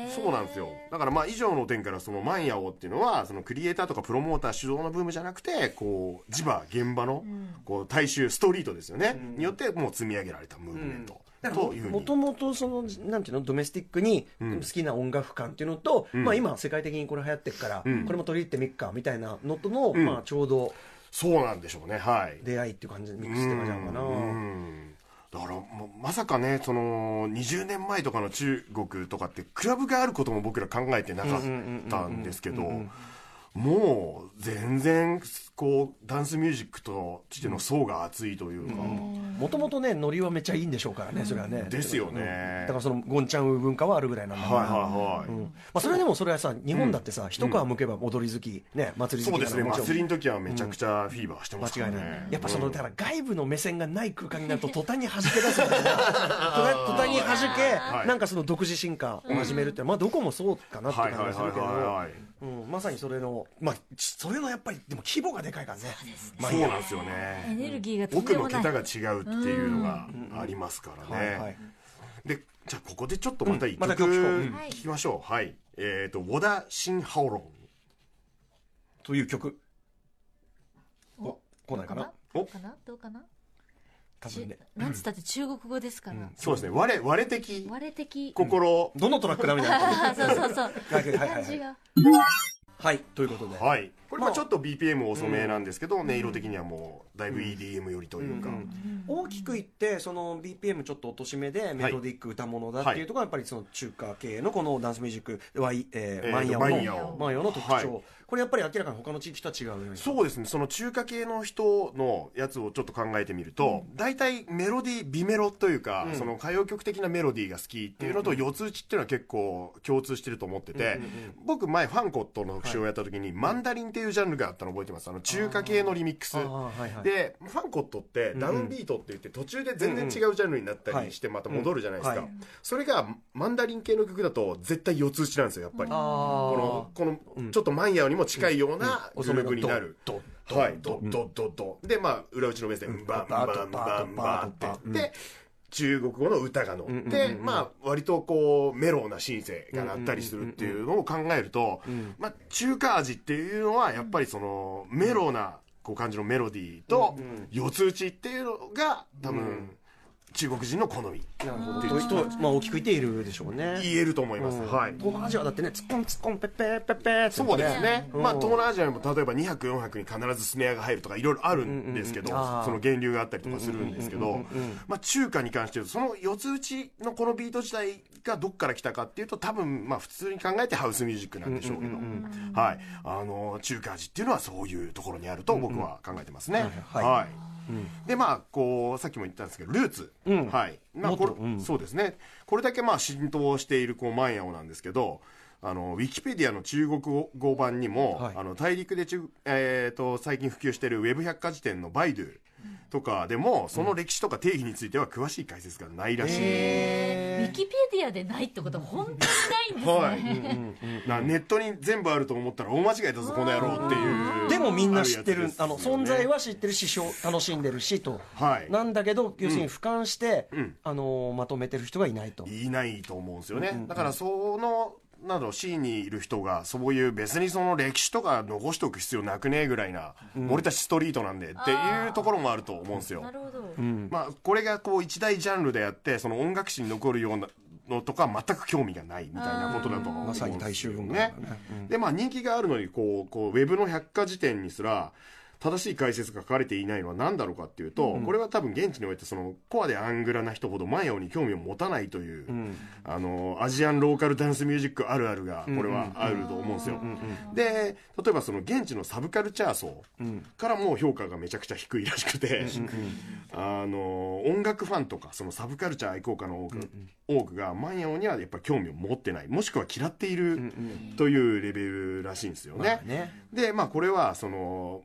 そうなんですよ。だからまあ以上の点からそのマンヤオっていうのはそのクリエイターとかプロモーター主導のブームじゃなくてこう地場現場のこう大衆ストリートですよね、うん、によってもう積み上げられたムーブメント、うんもともとそのなんていうのドメスティックに好きな音楽感っていうのと、うん、まあ今世界的にこれ流行ってるから、うん、これも取り入れてみっかみたいなのとの、うん、まあちょうどそうなんでしょうね、はい、 出会いっていう感じでミックスって感じなのかな。 うんだからまさかねそのにじゅうねんまえとかの中国とかってクラブがあることも僕ら考えてなかったんですけど、もう全然こうダンスミュージックとしての層が厚いというか、 もともとねノリはめっちゃいいんでしょうからね、それはねですよね、 だからそのゴンちゃん文化はあるぐらいなんだから、 はいはいはい、 うんまあ、それでもそれはさ日本だってさ、うん、一皮むけば踊り好き、ね、祭り好きそうですね、祭りの時はめちゃくちゃフィーバーしてますからね、 間違いない。やっぱそのだから外部の目線がない空間になると途端に弾け出すみたいな途端に弾け、はい、なんかその独自進化を始めるって、まあどこもそうかなって感じがするけど、うん、まさにそれの、まあ、それのやっぱりでも規模がでかいからね。 そうですね、 まあ、そうなんですよね。 エネルギーがとんでもない。 奥の桁が違うっていうのがありますからね。はいはい、で、じゃあここでちょっとまた一曲、うんま、聴きましょう。はい。えっ、ー、と、ウォダ・シンハオロンという曲。お、来ないかな？ お、かな？どうかな？多分ね、なんつったって中国語ですから、うん、 そうですね、我我的我的心、 うん、どのトラックだみたいなそうそうそう感じがはいということで、 はい、これまあちょっと ビーピーエム 遅めなんですけど、うん、音色的にはもうだいぶ イーディーエム 寄りというか、うんうん、大きく言ってその ビーピーエム ちょっと落としめでメロディック歌物だっていうところはやっぱりその中華系のこのダンスミュージック、えー、マンヤオのマンヤオの特徴、はい、これやっぱり明らかに他の地域とは違うよね。 そうですね、その中華系の人のやつをちょっと考えてみると、大体、うん、メロディー美メロというか、うん、その歌謡曲的なメロディーが好きっていうのと、うん、四つ打ちっていうのは結構共通してると思ってて、うんうんうん、僕前ファンコットの特集をやった時に、はい、マンダリンっていうジャンルがあったの覚えてます。あの中華系のリミックス、はいはい、でファンコットってダウンビートって言って途中で全然違うジャンルになったりしてまた戻るじゃないですか、うんうんはい、それがマンダリン系の曲だと絶対四つ打ちなんですよ、やっぱり。このこのちょっとマンヤオにも近いようなグルーブになる、はい、ドッドッドッドで、まあ裏打ちのベースでバンバンバンバンバンってで中国語の歌が乗ってまあ割とこうメローなシンセが鳴ったりするっていうのを考えると、まあ中華味っていうのはやっぱりそのメローなこう感じのメロディーと四つ打ちっていうのが多分中国人の好み。 なるほど。と、まあ大きく言っているでしょうね。 言えると思います。はい。 東南アジアだってね、ツッコンツッコンペッペーペッペーって。 そうですね。まあ東南アジアにも例えばに拍よん拍に必ずスネアが入るとかいろいろあるんですけど、その源流があったりとかするんですけど、まあ中華に関して言うとその四つ打ちのこのビート自体がどっから来たかっていうと多分まあ普通に考えてハウスミュージックなんでしょうけど、はい。あの中華味っていうのはそういうところにあると僕は考えてますね。はい。うん、でまあこうさっきも言ったんですけどルーツ、うん、はいまあこれ、うん、そうですねこれだけまあ浸透しているこうマンヤオなんですけど、あのウィキペディアの中国語版にも、はい、あの大陸で中、えー、と最近普及しているウェブ百科事典のバイドゥとかでもその歴史とか定義については詳しい解説がないらしい、 えー、ウィキペディアでないってことは本当にないんですね、はいうんうん、なネットに全部あると思ったら大間違いだぞこの野郎っていうでもみんな知ってる、あの存在は知ってるし楽しんでるしと、はい、なんだけど要するに俯瞰して、うん、あのまとめてる人がいないといないと思うんですよね、うんうん、だからそのなど C にいる人がそういう別にその歴史とか残しておく必要なくねえぐらいな、うん、俺たちストリートなんでっていうところもあると思うんですよ。 なるほど、 うんまあ、これがこう一大ジャンルであってその音楽史に残るようなのとか全く興味がないみたいなことだと思うんですよね。まさに大衆文化だね、うん、でまあ人気があるのにこうこうウェブの百科事典にすら正しい解説が書かれていないのは何だろうかっていうと、うん、これは多分現地においてそのコアでアングラな人ほどマンヤオに興味を持たないという、うん、あのアジアンローカルダンスミュージックあるあるがこれはあると思うんですよ、うんうんうん、で例えばその現地のサブカルチャー層からも評価がめちゃくちゃ低いらしくて、うん、あの音楽ファンとかそのサブカルチャー愛好家の多く、うんうん、多くがマンヤオにはやっぱり興味を持ってないもしくは嫌っているというレベルらしいんですよね、まあねでまあこれはそのまあ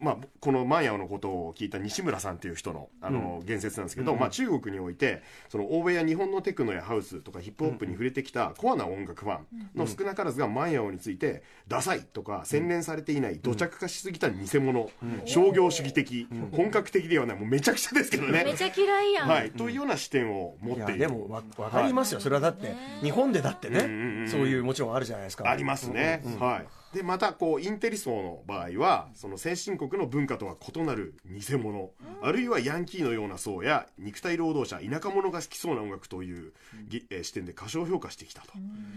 このマンヤオのことを聞いた西村さんっていう人のあの、うん、言説なんですけど、うん、まあ、中国においてその欧米や日本のテクノやハウスとかヒップホップに触れてきたコアな音楽ファンの少なからずがマンヤオについてダサいとか洗練されていない土着化しすぎた偽物、うん、商業主義的、うん、本格的ではないもうめちゃくちゃですけどねめちゃ嫌いやん、 はい、というような視点を持っている。 いやでもわ分かりますよ、はい、それはだって日本でだってね、うんうんうん、そういうもちろんあるじゃないですか。 ありますね、うんうん、はい。でまたこうインテリ層の場合はその先進国の文化とは異なる偽物、うん、あるいはヤンキーのような層や肉体労働者田舎者が好きそうな音楽という、うんえー、視点で過小評価してきたと、うん、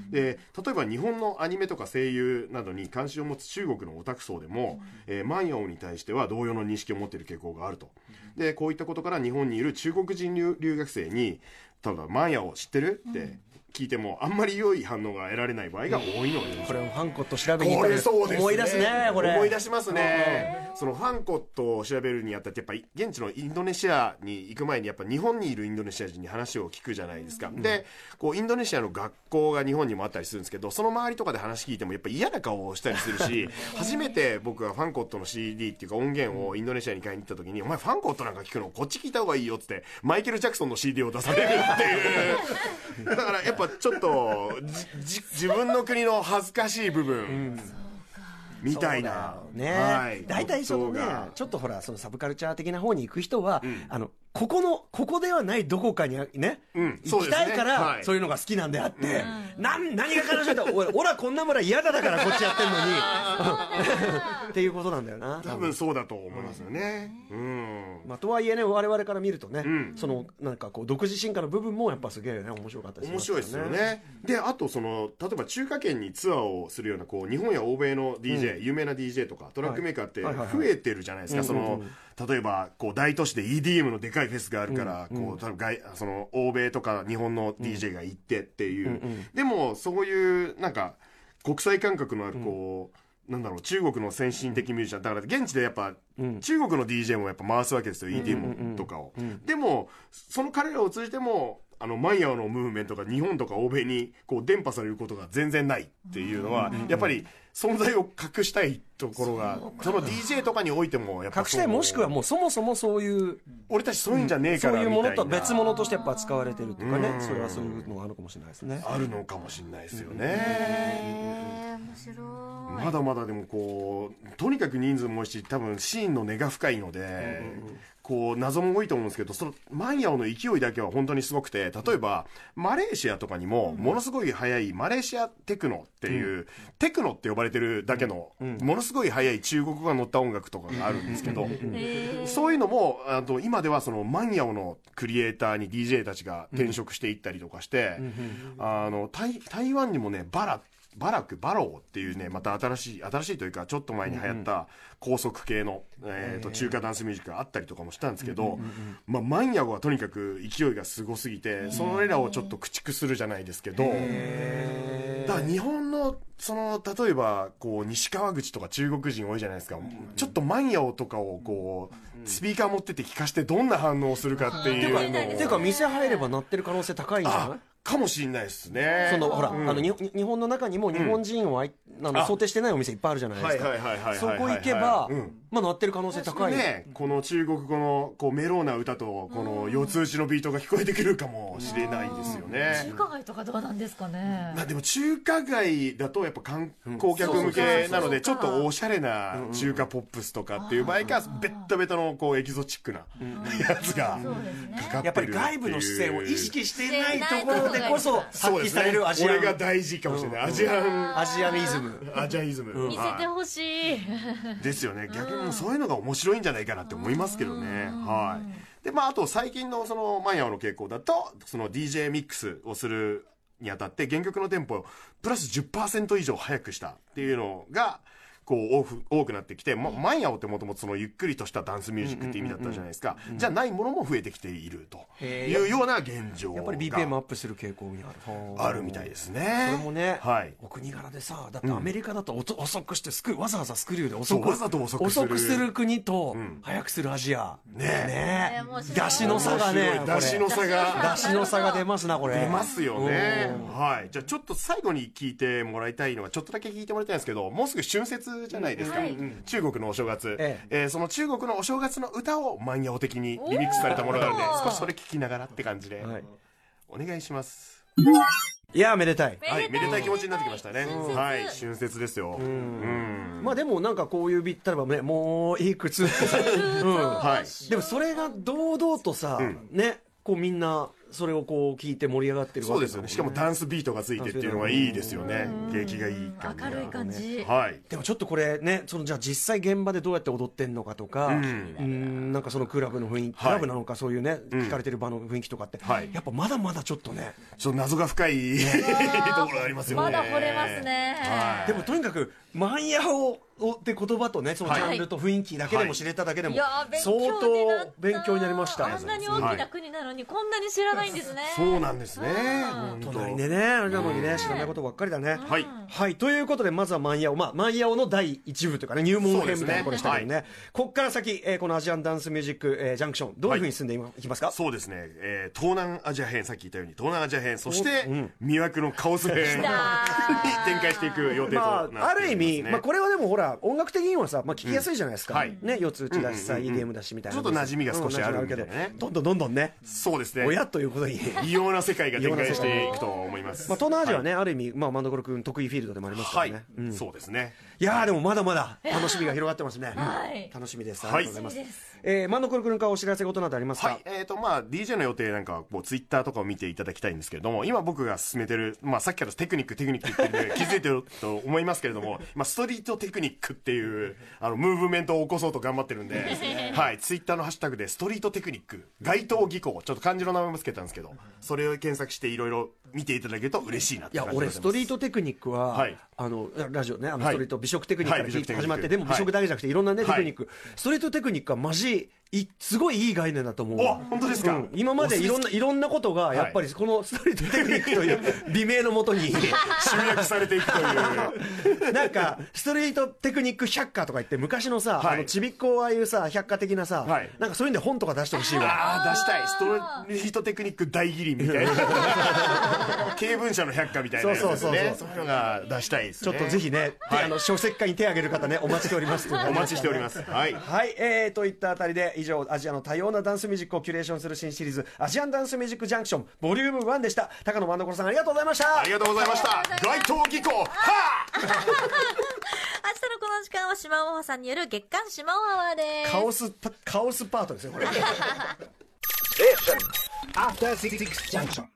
で例えば日本のアニメとか声優などに関心を持つ中国のオタク層でも、うんえー、マンヤオに対しては同様の認識を持っている傾向があると、うん、でこういったことから日本にいる中国人 留, 留学生に例えばマンヤオ知ってるって、うん聞いてもあんまり良い反応が得られない場合が多いので、 これファンコット調べに行ったら思い出すね。これ思い出しますね。そのファンコットを調べるにあたってやっぱり現地のインドネシアに行く前にやっぱ日本にいるインドネシア人に話を聞くじゃないですか、うん、でこうインドネシアの学校が日本にもあったりするんですけど、その周りとかで話聞いてもやっぱ嫌な顔をしたりするし初めて僕がファンコットの シーディー っていうか音源をインドネシアに買いに行った時に、お前ファンコットなんか聞くのこっち聞いた方がいいよっつってマイケル・ジャクソンの シーディー を出されるっていうだからやっぱちょっとじ自分の国の恥ずかしい部分、うんみたいなね、はい、大体そのねちょっとほらそのサブカルチャー的な方に行く人は、うん、あのここのここではないどこかにね、うん、行きたいから、ねはい、そういうのが好きなんであって、うん、な何が悲しいんだおらこんな村嫌だだからこっちやってんのにっていうことなんだよな。 多分そうだと思いますよね、うんうんまあ、とはいえね我々から見るとね、うん、そのなんかこう独自進化の部分もやっぱすげえね面白かったりしますよね。 面白いですよね。であとその例えば中華圏にツアーをするようなこう日本や欧米の ディージェー、うん、有名な ディージェー とかトラックメーカーって増えてるじゃないですか。その例えばこう大都市で イーディーエム のでかいフェスがあるから、うん、こう多分外その欧米とか日本の ディージェー が行ってっていう、うんうん、でもそういうなんか国際感覚のあるこう、うん、なんだろう中国の先進的ミュージシャンだから現地でやっぱ、うん、中国の ディージェー もやっぱ回すわけですよ、うん、イーディーエム とかを、うんうんうん、でもその彼らを通じてもあのマンヤオのムーブメントが日本とか欧米にこう伝播されることが全然ないっていうのは、うん、やっぱり存在を隠したいところが そ, その ディージェー とかにおいてもやっぱ隠したい、もしくはもうそもそもそういう俺たちそういうんじゃねえからみたいな、 そういうものとは別物としてやっぱ使われてるっていうかね、うん、それはそういうのがあるのかもしれないですね。 あるのかもしれないですよね。 面白い。まだまだでもこうとにかく人数も多いし多分シーンの根が深いので、うん、こう謎も多いと思うんですけど、そのマンヤオの勢いだけは本当にすごくて、例えばマレーシアとかにもものすごい速いマレーシアテクノっていう、うん、テクノって呼ばれてるだけの、うん、ものすごい速い中国語が乗った音楽とかがあるんですけど、そういうのもあと今ではそのマンヤオのクリエイターに ディージェー たちが転職していったりとかして、あの 台, 台湾にもねバラバラクバローっていうねまた新しい新しいというかちょっと前に流行った高速系の、えー、と中華ダンスミュージックがあったりとかもしたんですけど、まあ、マンヤオはとにかく勢いがすごすぎてそれらをちょっと駆逐するじゃないですけど、だから日本のその例えばこう西川口とか中国人多いじゃないですか。ちょっとマンヤオとかをこうスピーカー持ってって聞かしてどんな反応をするかっていうのをていうか店入れば鳴ってる可能性高いんじゃないかもしれないですね。 そのほら、うん、あのに日本の中にも日本人をあい、うん、あの想定してないお店いっぱいあるじゃないですか。そこ行けば、うん、まあ鳴ってる可能性高いね。この中国語のこうメローな歌とこの四つ打ちのビートが聞こえてくるかもしれないですよね。 中華街とかどうなんですかね。 まあでも中華街だとやっぱ観光客向けなのでちょっとおしゃれな中華ポップスとかっていう場合かベッタベタのこうエキゾチックなやつがかかってるっていう。 やっぱり外部の視線を意識していないところでこそ発揮されるアジアン、 俺が大事かもしれない、うん、アジアンアジアンイズムアジアンイズム、 うん、見せてほしいですよね。逆にそういうのが面白いんじゃないかなって思いますけどね。はい。でまああと最近のそのマンヤオの傾向だとその ディージェー ミックスをするにあたって原曲のテンポをプラス じゅっパーセント 以上速くしたっていうのがこう多く、多くなってきて、ま、マンヤオってもともとそのゆっくりとしたダンスミュージックって意味だったじゃないですか。じゃないものも増えてきているというような現状がやっぱり ビーピーエム アップする傾向にあるあるみたいですね。 それもね、 はい、 お国柄でさ、だってアメリカだとおと、うん、遅くしてスクわざわざスクリューで遅くわざと遅くする遅くする国と、うん、早くするアジアねね出汁の差がね出汁の差が出汁の差が出ますなこれ。 出ますよね。はい。じゃあちょっと最後に聞いてもらいたいのはちょっとだけ聞いてもらいたいんですけど、もうすぐ春節月じゃないですか、 はい、 中国のお正月、 えええー、その中国のお正月の歌をマンヤオ的にリミックスされたものなので、少しそれ聞きながらって感じで、はい、お願いします。 いやめでたい、 はい、めでたい気持ちになってきましたね。はい、春節ですよ。うん、 まあでもなんかこういうビ例えばね、もういくつってさ、うん、はい、でもそれが堂々とさ、うん、ね、こうみんなそれをこう聞いて盛り上がってるわけ、 そうですよね。しかもダンスビートがついてっていうのがいいですよね。景気がいい感じ、 明るい感じ、 はい。でもちょっとこれね、そのじゃあ実際現場でどうやって踊ってんのかとか、うん、うんなんかそのクラブの雰囲気、クラブなのかそういうね、聞かれてる場の雰囲気とかって、はい、やっぱまだまだちょっとね、 ちょっと謎が深いところありますよね。 まだ掘れますね。 はい、でもとにかくマンヤオって言葉とね、そのジャンルと雰囲気だけでも知れただけでも相当勉強になりました。 あんなに大きな国なのにこんなに知らないんですね。 そうなんですね。 隣でね、あれなのにね、知らないことばっかりだね。はい、はい、ということでまずはマンヤオ、まあマンヤオのだいいち部というかね、入門編みたいなところでしたけどね。こっから先、えー、このアジアンダンスミュージック、えー、ジャンクションどういうふうに進んでいきますか。 そうですね、えー、東南アジア編、さっき言ったように東南アジア編、そして魅惑のカオス編に展開していく予定となっていますね。 まあ、ある意味、まあこれはでもほら音楽的にはさ、まあ聞きやすいじゃないですか。ね、四つ打ちだしさ、イーディーエム だしみたいな。 ちょっと馴染みが少しあるけどね。 どんどんどんどんね。 そうですね。 親ということに異様な世界が展開していくと思います。 まあ東南アジアはね、ある意味まあマンドコロ君得意フィールドでもありますからね。 そうですね。 いやーでもまだまだ楽しみが広がってますね。楽しみです。ありがとうございます。えー、マンドコロ君からお知らせ事などありますか。はい、 えっとまあ ディージェー の予定なんかはこうツイッターとかを見ていただきたいんですけれども、今僕が進めてる、まあさっきからテクニックテクニックって言って気づいてると思いますけれども、まあストリートテクニックっていうあのムーブメントを起こそうと頑張ってるんで、はい、ツイッターのハッシュタグでストリートテクニック街頭技巧、ちょっと漢字の名前もつけたんですけど、それを検索していろいろ見ていただけると嬉しいなって感じでございます。 いや俺ストリートテクニックは、はい、あのラジオね、あのストリート美食テクニックから聞いて始まって、でも美食だけじゃなくていろんなねテクニック、ストリートテクニックはマジいすごいいい概念だと思う。 お、本当ですか。うん、 今までいろんないろんなことがやっぱりこのストリートテクニックという美名のもとに集約されていくというなんかストリートテクニック百科とか言って昔のさ、はい、あのちびっこああいうさ百科的なさ、はい、なんかそういうんで本とか出してほしいわ。 ああ出したい。ストリートテクニック大義理みたいな経文社の百科みたいなやつですね。そういうのが出したいですね。 ちょっとぜひね、はい、あの書籍化に手を挙げる方ねお待ちしておりますお待ちしております。はい、 はい、えー、といったあたりで以上アジアの多様なダンスミュージックをキュレーションする新シリーズアジアンダンスミュージックジャンクションボリュームワンでした。高野万所さんありがとうございました。 ありがとうございました。街頭技巧は明日のこの時間は島尾さんによる月刊島尾アワーです。 カオスカオスパートですよこれ。